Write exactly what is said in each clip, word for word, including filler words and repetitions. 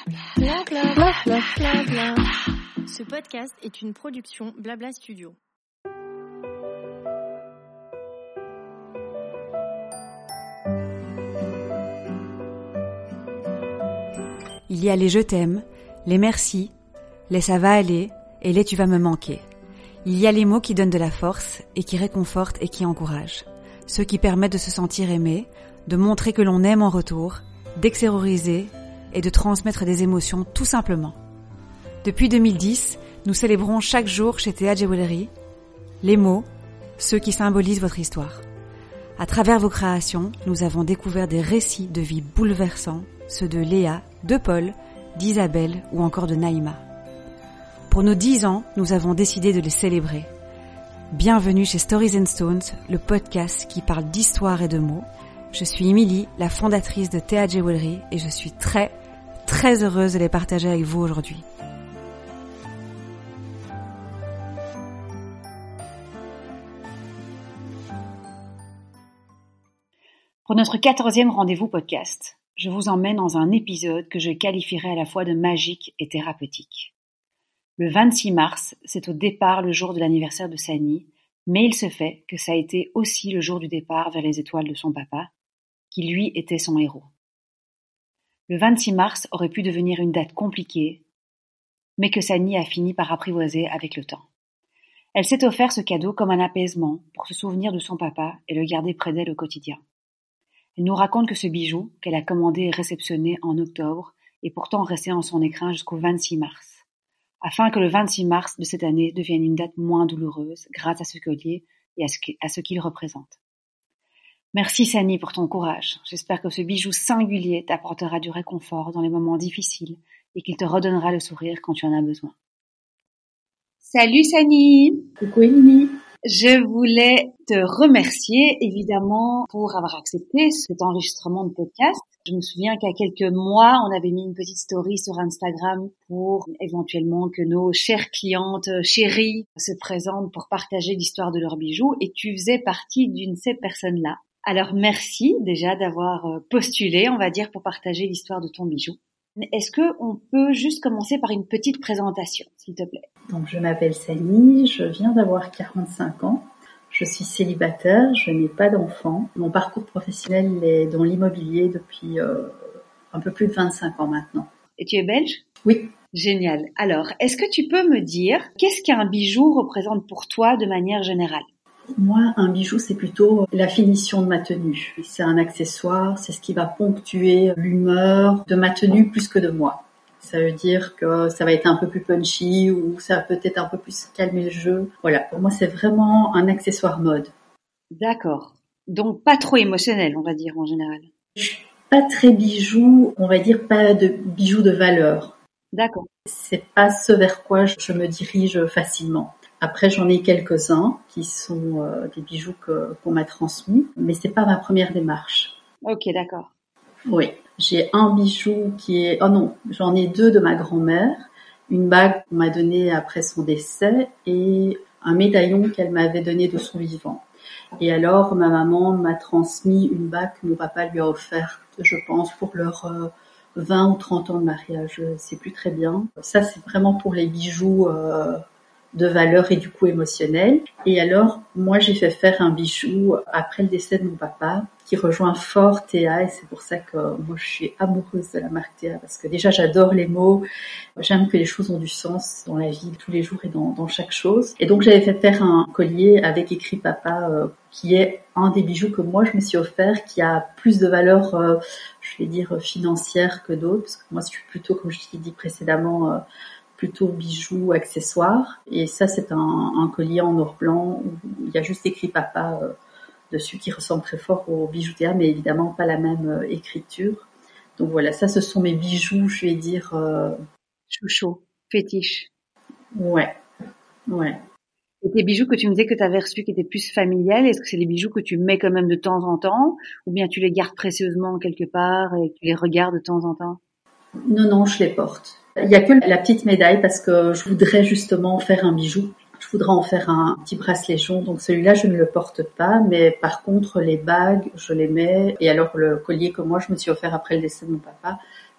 Bla bla bla bla bla bla. Ce podcast est une production Blabla Studio. Il y a les je t'aime, les merci, les ça va aller et les tu vas me manquer. Il y a les mots qui donnent de la force et qui réconfortent et qui encouragent. Ceux qui permettent de se sentir aimé, de montrer que l'on aime en retour, d'extérioriser et de transmettre des émotions tout simplement. Depuis deux mille dix, nous célébrons chaque jour chez T A Jewelry les mots, ceux qui symbolisent votre histoire. À travers vos créations, nous avons découvert des récits de vie bouleversants, ceux de Léa, de Paul, d'Isabelle ou encore de Naïma. Pour nos dix ans, nous avons décidé de les célébrer. Bienvenue chez Stories and Stones, le podcast qui parle d'histoire et de mots. Je suis Émilie, la fondatrice de T A Jewelry et je suis très, très heureuse de les partager avec vous aujourd'hui. Pour notre quatorzième rendez-vous podcast, je vous emmène dans un épisode que je qualifierais à la fois de magique et thérapeutique. Le vingt-six mars, c'est au départ le jour de l'anniversaire de Sani, mais il se fait que ça a été aussi le jour du départ vers les étoiles de son papa, qui lui était son héros. Le vingt-six mars aurait pu devenir une date compliquée, mais que Sani a fini par apprivoiser avec le temps. Elle s'est offert ce cadeau comme un apaisement pour se souvenir de son papa et le garder près d'elle au quotidien. Elle nous raconte que ce bijou, qu'elle a commandé et réceptionné en octobre, est pourtant resté en son écrin jusqu'au vingt-six mars, afin que le vingt-six mars de cette année devienne une date moins douloureuse grâce à ce collier et à ce, à ce qu'il représente. Merci Sani pour ton courage. J'espère que ce bijou singulier t'apportera du réconfort dans les moments difficiles et qu'il te redonnera le sourire quand tu en as besoin. Salut Sani! Coucou Émilie! Je voulais te remercier évidemment pour avoir accepté cet enregistrement de podcast. Je me souviens qu'à quelques mois, on avait mis une petite story sur Instagram pour éventuellement que nos chères clientes chéries se présentent pour partager l'histoire de leurs bijoux et tu faisais partie d'une de ces personnes-là. Alors merci déjà d'avoir postulé, on va dire, pour partager l'histoire de ton bijou. Est-ce que on peut juste commencer par une petite présentation, s'il te plaît? Donc je m'appelle Sani, je viens d'avoir quarante-cinq ans, je suis célibataire, je n'ai pas d'enfant. Mon parcours professionnel est dans l'immobilier depuis euh, un peu plus de vingt-cinq ans maintenant. Et tu es belge? Oui. Génial. Alors, est-ce que tu peux me dire qu'est-ce qu'un bijou représente pour toi de manière générale? Moi, un bijou, c'est plutôt la finition de ma tenue. C'est un accessoire, c'est ce qui va ponctuer l'humeur de ma tenue plus que de moi. Ça veut dire que ça va être un peu plus punchy ou ça va peut-être un peu plus calmer le jeu. Voilà, pour moi, c'est vraiment un accessoire mode. D'accord. Donc, pas trop émotionnel, on va dire, en général. Je suis pas très bijou, on va dire pas de bijoux de valeur. D'accord. C'est pas ce vers quoi je me dirige facilement. Après, j'en ai quelques-uns qui sont euh, des bijoux que, qu'on m'a transmis, mais c'est pas ma première démarche. Ok, d'accord. Oui, j'ai un bijou qui est... Oh non, j'en ai deux de ma grand-mère. Une bague qu'on m'a donnée après son décès et un médaillon qu'elle m'avait donné de son vivant. Et alors, ma maman m'a transmis une bague que mon papa lui a offerte, je pense, pour leur euh, vingt ou trente ans de mariage. Je sais plus très bien. Ça, c'est vraiment pour les bijoux... Euh, de valeur et du coup émotionnel. Et alors, moi, j'ai fait faire un bijou après le décès de mon papa qui rejoint fort T A et c'est pour ça que moi, je suis amoureuse de la marque T A parce que déjà, j'adore les mots. J'aime que les choses ont du sens dans la vie de tous les jours et dans, dans chaque chose. Et donc, j'avais fait faire un collier avec écrit papa euh, qui est un des bijoux que moi, je me suis offert qui a plus de valeur, euh, je vais dire, financière que d'autres parce que moi, je suis plutôt, comme je t'ai dit précédemment, euh, plutôt bijoux, accessoires. Et ça, c'est un, un collier en or blanc où il y a juste écrit papa euh, dessus qui ressemble très fort au bijou T A, mais évidemment pas la même euh, écriture. Donc voilà, ça, ce sont mes bijoux, je vais dire... Euh... Chouchou, fétiche. Ouais, ouais. Et tes bijoux que tu me disais que tu avais reçus qui étaient plus familiales, est-ce que c'est des bijoux que tu mets quand même de temps en temps ou bien tu les gardes précieusement quelque part et tu les regardes de temps en temps? Non, non, je les porte. Il y a que la petite médaille parce que je voudrais justement faire un bijou. Je voudrais en faire un petit bracelet jaune. Donc celui-là, je ne le porte pas. Mais par contre, les bagues, je les mets. Et alors le collier que moi, je me suis offert après le décès de mon papa,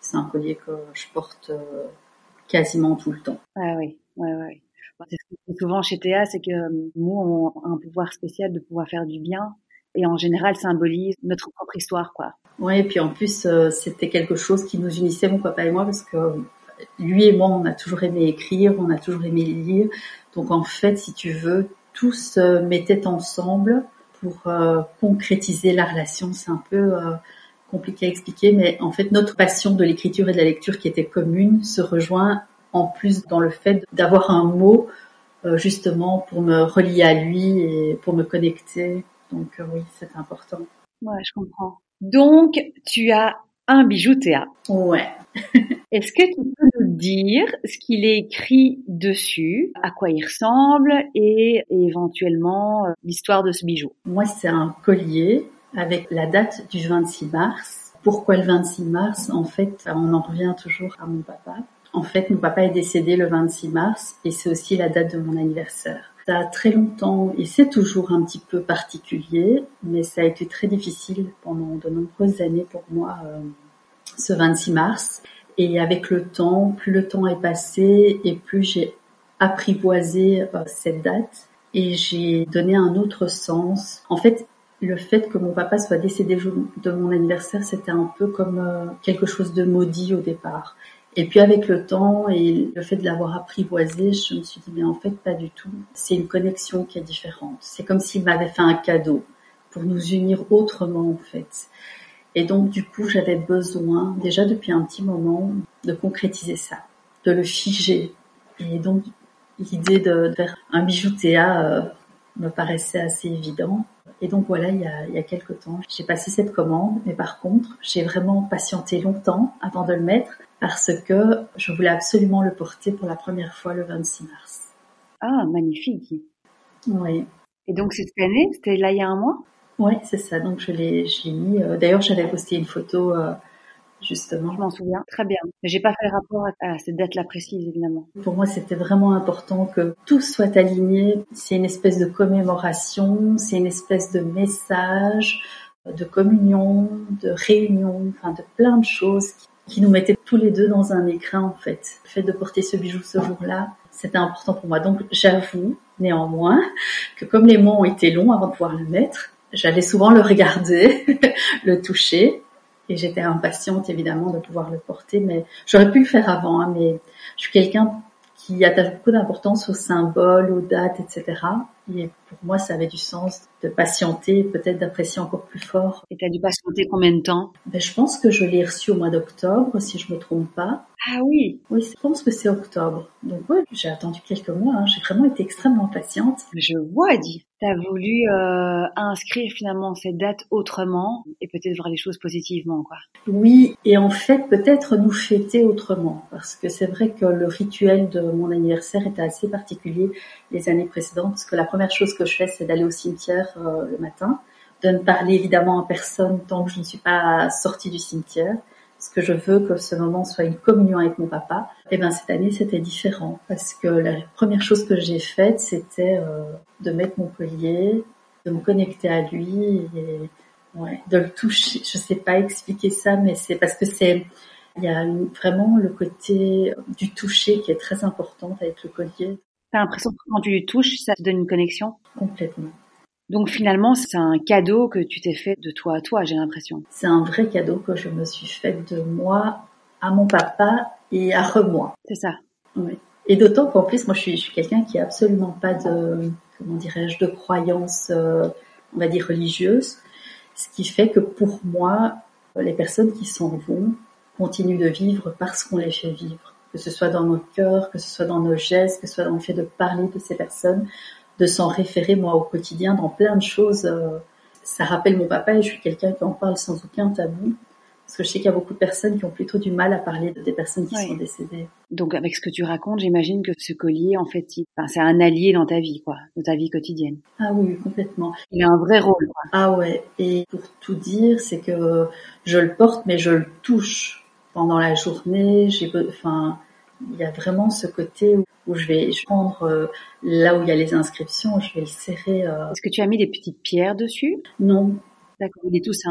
C'est un collier que je porte euh, quasiment tout le temps. Ah oui, ouais, ouais. C'est ce qu'on dit souvent chez Théa, c'est que euh, nous, on a un pouvoir spécial de pouvoir faire du bien. Et en général, symbolise notre propre histoire, quoi. Ouais, et puis en plus, euh, c'était quelque chose qui nous unissait, mon papa et moi, parce que euh, lui et moi, on a toujours aimé écrire, on a toujours aimé lire. Donc en fait, si tu veux, tout se mettait ensemble pour euh, concrétiser la relation. C'est un peu euh, compliqué à expliquer, mais en fait, notre passion de l'écriture et de la lecture qui était commune se rejoint en plus dans le fait d'avoir un mot euh, justement pour me relier à lui et pour me connecter. Donc euh, oui, c'est important. Ouais, je comprends. Donc, tu as un bijou Théa. Ouais. Est-ce que tu peux nous dire ce qu'il est écrit dessus, à quoi il ressemble et, et éventuellement euh, l'histoire de ce bijou? Moi, c'est un collier avec la date du vingt-six mars. Pourquoi le vingt-six mars? En fait, on en revient toujours à mon papa. En fait, mon papa est décédé le vingt-six mars et c'est aussi la date de mon anniversaire. Ça a très longtemps, et c'est toujours un petit peu particulier, mais ça a été très difficile pendant de nombreuses années pour moi, euh, ce vingt-six mars. Et avec le temps, plus le temps est passé et plus j'ai apprivoisé euh, cette date et j'ai donné un autre sens. En fait, le fait que mon papa soit décédé de mon anniversaire, c'était un peu comme euh, quelque chose de maudit au départ. Et puis avec le temps et le fait de l'avoir apprivoisé, je me suis dit, mais en fait, pas du tout. C'est une connexion qui est différente. C'est comme s'il m'avait fait un cadeau pour nous unir autrement, en fait. Et donc, du coup, j'avais besoin, déjà depuis un petit moment, de concrétiser ça, de le figer. Et donc, l'idée de faire un bijou Théa euh, me paraissait assez évident. Et donc voilà, il y a, il y a quelques temps, j'ai passé cette commande, mais par contre, j'ai vraiment patienté longtemps avant de le mettre parce que je voulais absolument le porter pour la première fois le vingt-six mars. Ah, magnifique. Oui. Et donc, c'est cette année? C'était là il y a un mois? Oui, c'est ça. Donc, je l'ai, je l'ai mis. Euh, d'ailleurs, j'avais posté une photo, euh, justement. Je m'en souviens. Très bien. Mais j'ai pas fait rapport à, à cette date-là précise, évidemment. Pour moi, c'était vraiment important que tout soit aligné. C'est une espèce de commémoration, c'est une espèce de message, de communion, de réunion, enfin, de plein de choses qui, qui nous mettaient tous les deux dans un écrin, en fait. Le fait de porter ce bijou ce jour-là, c'était important pour moi. Donc, j'avoue, néanmoins, que comme les mois ont été longs avant de pouvoir le mettre, j'allais souvent le regarder, le toucher, et j'étais impatiente évidemment de pouvoir le porter, mais j'aurais pu le faire avant, hein, mais je suis quelqu'un qui attache beaucoup d'importance aux symboles, aux dates, et cetera. Et pour moi, ça avait du sens de patienter, peut-être d'apprécier encore plus fort. Et t'as dû patienter combien de temps? Ben, je pense que je l'ai reçu au mois d'octobre, si je me trompe pas. Ah oui. Oui, je pense que c'est octobre. Donc oui, j'ai attendu quelques mois, hein. J'ai vraiment été extrêmement patiente. Je vois, dit. T'as voulu euh, inscrire finalement cette date autrement et peut-être voir les choses positivement, quoi. Oui, et en fait, peut-être nous fêter autrement. Parce que c'est vrai que le rituel de mon anniversaire était assez particulier les années précédentes. Parce que la première chose que je fais, c'est d'aller au cimetière euh, le matin. De ne parler évidemment à personne tant que je ne suis pas sortie du cimetière. Parce que je veux que ce moment soit une communion avec mon papa. Et ben cette année c'était différent parce que la première chose que j'ai faite c'était euh, de mettre mon collier, de me connecter à lui et ouais, de le toucher. Je sais pas expliquer ça, mais c'est parce que c'est il y a une, vraiment le côté du toucher qui est très important avec le collier. T'as l'impression que quand tu lui touches, ça te donne une connexion? Complètement. Donc finalement, c'est un cadeau que tu t'es fait de toi à toi, j'ai l'impression. C'est un vrai cadeau que je me suis fait de moi à mon papa et à re-moi. C'est ça. Oui. Et d'autant qu'en plus, moi, je suis, je suis quelqu'un qui a absolument pas de, comment dirais-je, de croyance, euh, on va dire religieuse. Ce qui fait que pour moi, les personnes qui s'en vont continuent de vivre parce qu'on les fait vivre. Que ce soit dans nos cœurs, que ce soit dans nos gestes, que ce soit dans le fait de parler de ces personnes, de s'en référer moi au quotidien dans plein de choses. Euh, ça rappelle mon papa et je suis quelqu'un qui en parle sans aucun tabou. Parce que je sais qu'il y a beaucoup de personnes qui ont plutôt du mal à parler de des personnes qui oui. sont décédées. Donc avec ce que tu racontes, j'imagine que ce collier, en fait, il... enfin, c'est un allié dans ta vie, quoi, dans ta vie quotidienne. Ah oui, complètement. Il a un vrai rôle, quoi. Ah ouais, et pour tout dire, c'est que je le porte, mais je le touche pendant la journée. J'ai, enfin, il y a vraiment ce côté où, où je vais prendre euh, là où il y a les inscriptions, je vais le serrer. Euh... Est-ce que tu as mis des petites pierres dessus? Non. D'accord, il est tout simple.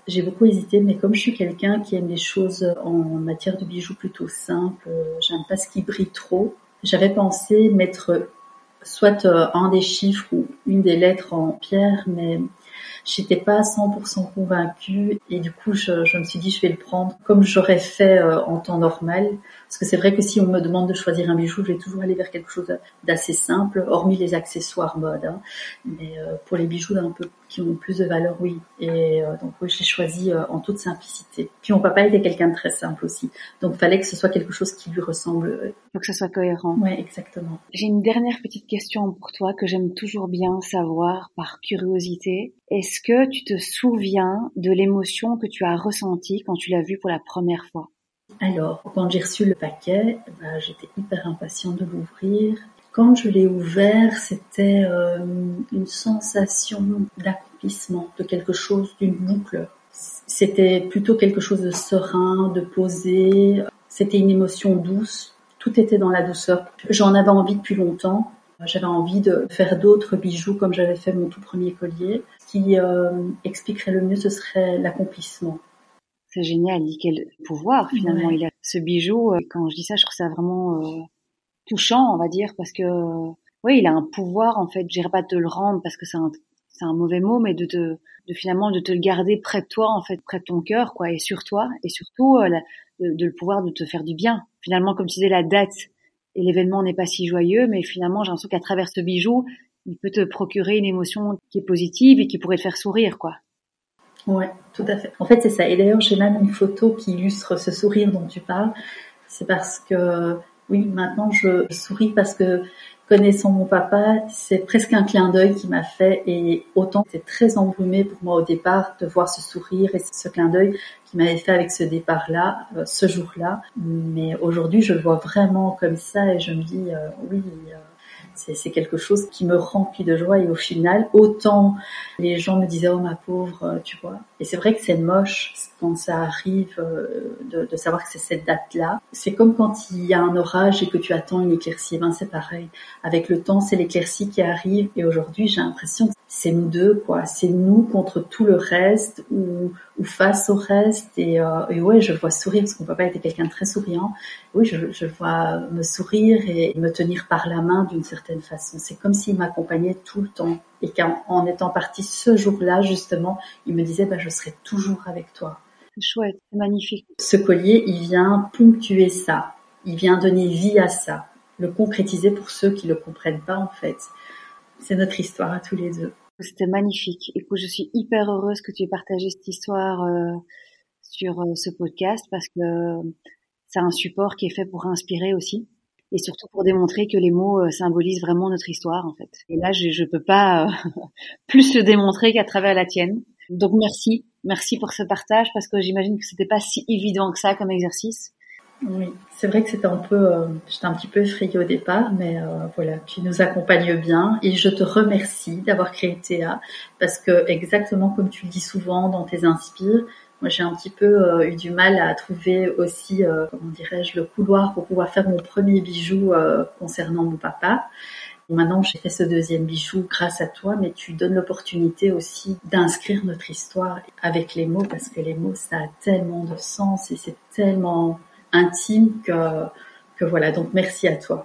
J'ai beaucoup hésité, mais comme je suis quelqu'un qui aime les choses en matière de bijoux plutôt simples, j'aime pas ce qui brille trop. J'avais pensé mettre soit un des chiffres ou une des lettres en pierre, mais j'étais pas à cent pour cent convaincue et du coup je, je me suis dit je vais le prendre comme j'aurais fait euh, en temps normal, parce que c'est vrai que si on me demande de choisir un bijou, je vais toujours aller vers quelque chose d'assez simple, hormis les accessoires mode, hein. Mais euh, pour les bijoux un peu qui ont plus de valeur, oui. Et euh, donc oui, je l'ai choisi euh, en toute simplicité. Puis mon papa était quelqu'un de très simple aussi, donc fallait que ce soit quelque chose qui lui ressemble. Faut que ce soit cohérent. Ouais, exactement. J'ai une dernière petite question pour toi que j'aime toujours bien savoir par curiosité. Est-ce que tu te souviens de l'émotion que tu as ressentie quand tu l'as vu pour la première fois? Alors, quand j'ai reçu le paquet, bah, j'étais hyper impatiente de l'ouvrir. Quand je l'ai ouvert, c'était euh, une sensation d'accomplissement, de quelque chose, d'une boucle. C'était plutôt quelque chose de serein, de posé. C'était une émotion douce. Tout était dans la douceur. J'en avais envie depuis longtemps. J'avais envie de faire d'autres bijoux comme j'avais fait mon tout premier collier. Ce qui euh, expliquerait le mieux, ce serait l'accomplissement. C'est génial, quel pouvoir finalement Ouais. il a ce bijou. Quand je dis ça, je trouve ça vraiment euh, touchant, on va dire, parce que euh, oui, il a un pouvoir en fait. Je dirais pas de te le rendre parce que c'est un c'est un mauvais mot, mais de te de finalement de te le garder près de toi en fait, près de ton cœur quoi, et sur toi, et surtout euh, la, de, de le pouvoir de te faire du bien. Finalement, comme tu disais, la date et l'événement n'est pas si joyeux, mais finalement, j'ai l'impression qu'à travers ce bijou, il peut te procurer une émotion qui est positive et qui pourrait te faire sourire quoi. Ouais, tout à fait. En fait, c'est ça. Et d'ailleurs, j'ai même une photo qui illustre ce sourire dont tu parles. C'est parce que, oui, maintenant, je souris parce que, connaissant mon papa, c'est presque un clin d'œil qu'il m'a fait. Et autant c'était très embrumé pour moi au départ de voir ce sourire et ce clin d'œil qu'il m'avait fait avec ce départ-là, euh, ce jour-là. Mais aujourd'hui, je le vois vraiment comme ça et je me dis, euh, oui, euh, C'est, c'est quelque chose qui me remplit de joie et au final, autant les gens me disaient « Oh ma pauvre », tu vois. Et c'est vrai que c'est moche quand ça arrive de, de savoir que c'est cette date-là. C'est comme quand il y a un orage et que tu attends une éclaircie. Ben c'est pareil. Avec le temps, c'est l'éclaircie qui arrive et aujourd'hui, j'ai l'impression que c'est nous deux, quoi. C'est nous contre tout le reste ou, ou face au reste. Et, euh, et ouais, je le vois sourire parce que mon papa était quelqu'un de très souriant. Oui, je, je le vois me sourire et me tenir par la main d'une certaine façon. C'est comme s'il m'accompagnait tout le temps. Et qu'en en étant parti ce jour-là, justement, il me disait, bah, je serai toujours avec toi. C'est chouette, c'est magnifique. Ce collier, il vient ponctuer ça. Il vient donner vie à ça. Le concrétiser pour ceux qui le comprennent pas, en fait. C'est notre histoire à tous les deux. C'était magnifique. Écoute, je suis hyper heureuse que tu aies partagé cette histoire euh, sur euh, ce podcast parce que euh, c'est un support qui est fait pour inspirer aussi et surtout pour démontrer que les mots euh, symbolisent vraiment notre histoire en fait. Et là, je, je peux pas euh, plus le démontrer qu'à travers la tienne. Donc merci, merci pour ce partage parce que j'imagine que c'était pas si évident que ça comme exercice. Oui, c'est vrai que c'était un peu, euh, j'étais un petit peu effrayée au départ, mais euh, voilà, tu nous accompagnes bien et je te remercie d'avoir créé Théa parce que exactement comme tu le dis souvent dans tes inspires, moi j'ai un petit peu euh, eu du mal à trouver aussi, euh, comment dirais-je, le couloir pour pouvoir faire mon premier bijou euh, concernant mon papa. Maintenant, j'ai fait ce deuxième bijou grâce à toi, mais tu donnes l'opportunité aussi d'inscrire notre histoire avec les mots parce que les mots, ça a tellement de sens et c'est tellement intime que, que voilà. Donc, merci à toi.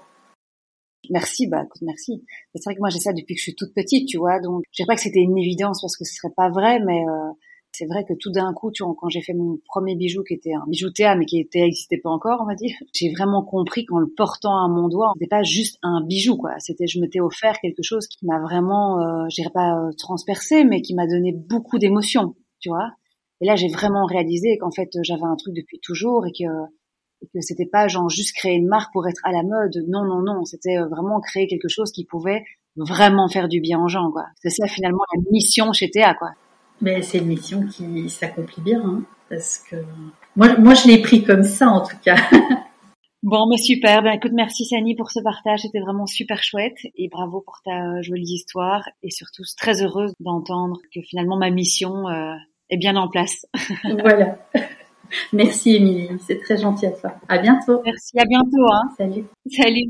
Merci, bah, écoute, merci. C'est vrai que moi, j'ai ça depuis que je suis toute petite, tu vois, donc je dirais pas que c'était une évidence parce que ce serait pas vrai, mais euh, c'est vrai que tout d'un coup, tu vois, quand j'ai fait mon premier bijou qui était un bijou Théa, mais qui était, n'existait pas encore, on va dire, j'ai vraiment compris qu'en le portant à mon doigt, c'était pas juste un bijou, quoi. C'était, je m'étais offert quelque chose qui m'a vraiment, euh, je dirais pas euh, transpercé, mais qui m'a donné beaucoup d'émotions, tu vois. Et là, j'ai vraiment réalisé qu'en fait, j'avais un truc depuis toujours et que et que c'était pas genre juste créer une marque pour être à la mode. Non, non, non. C'était vraiment créer quelque chose qui pouvait vraiment faire du bien aux gens, quoi. C'est ça, finalement, la mission chez Théa, quoi. Mais c'est une mission qui s'accomplit bien, hein, parce que moi, moi, je l'ai pris comme ça, en tout cas. Bon, mais super. Ben, écoute, merci Sani pour ce partage. C'était vraiment super chouette et bravo pour ta jolie histoire et surtout très heureuse d'entendre que finalement ma mission euh, est bien en place. Voilà. Merci Émilie, c'est très gentil à toi. À bientôt. Merci, à bientôt, hein. Salut. Salut.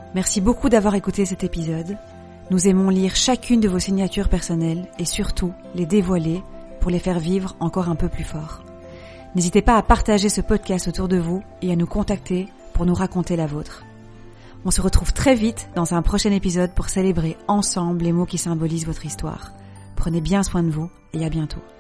Merci beaucoup d'avoir écouté cet épisode. Nous aimons lire chacune de vos signatures personnelles et surtout les dévoiler pour les faire vivre encore un peu plus fort. N'hésitez pas à partager ce podcast autour de vous et à nous contacter pour nous raconter la vôtre. On se retrouve très vite dans un prochain épisode pour célébrer ensemble les mots qui symbolisent votre histoire. Prenez bien soin de vous et à bientôt.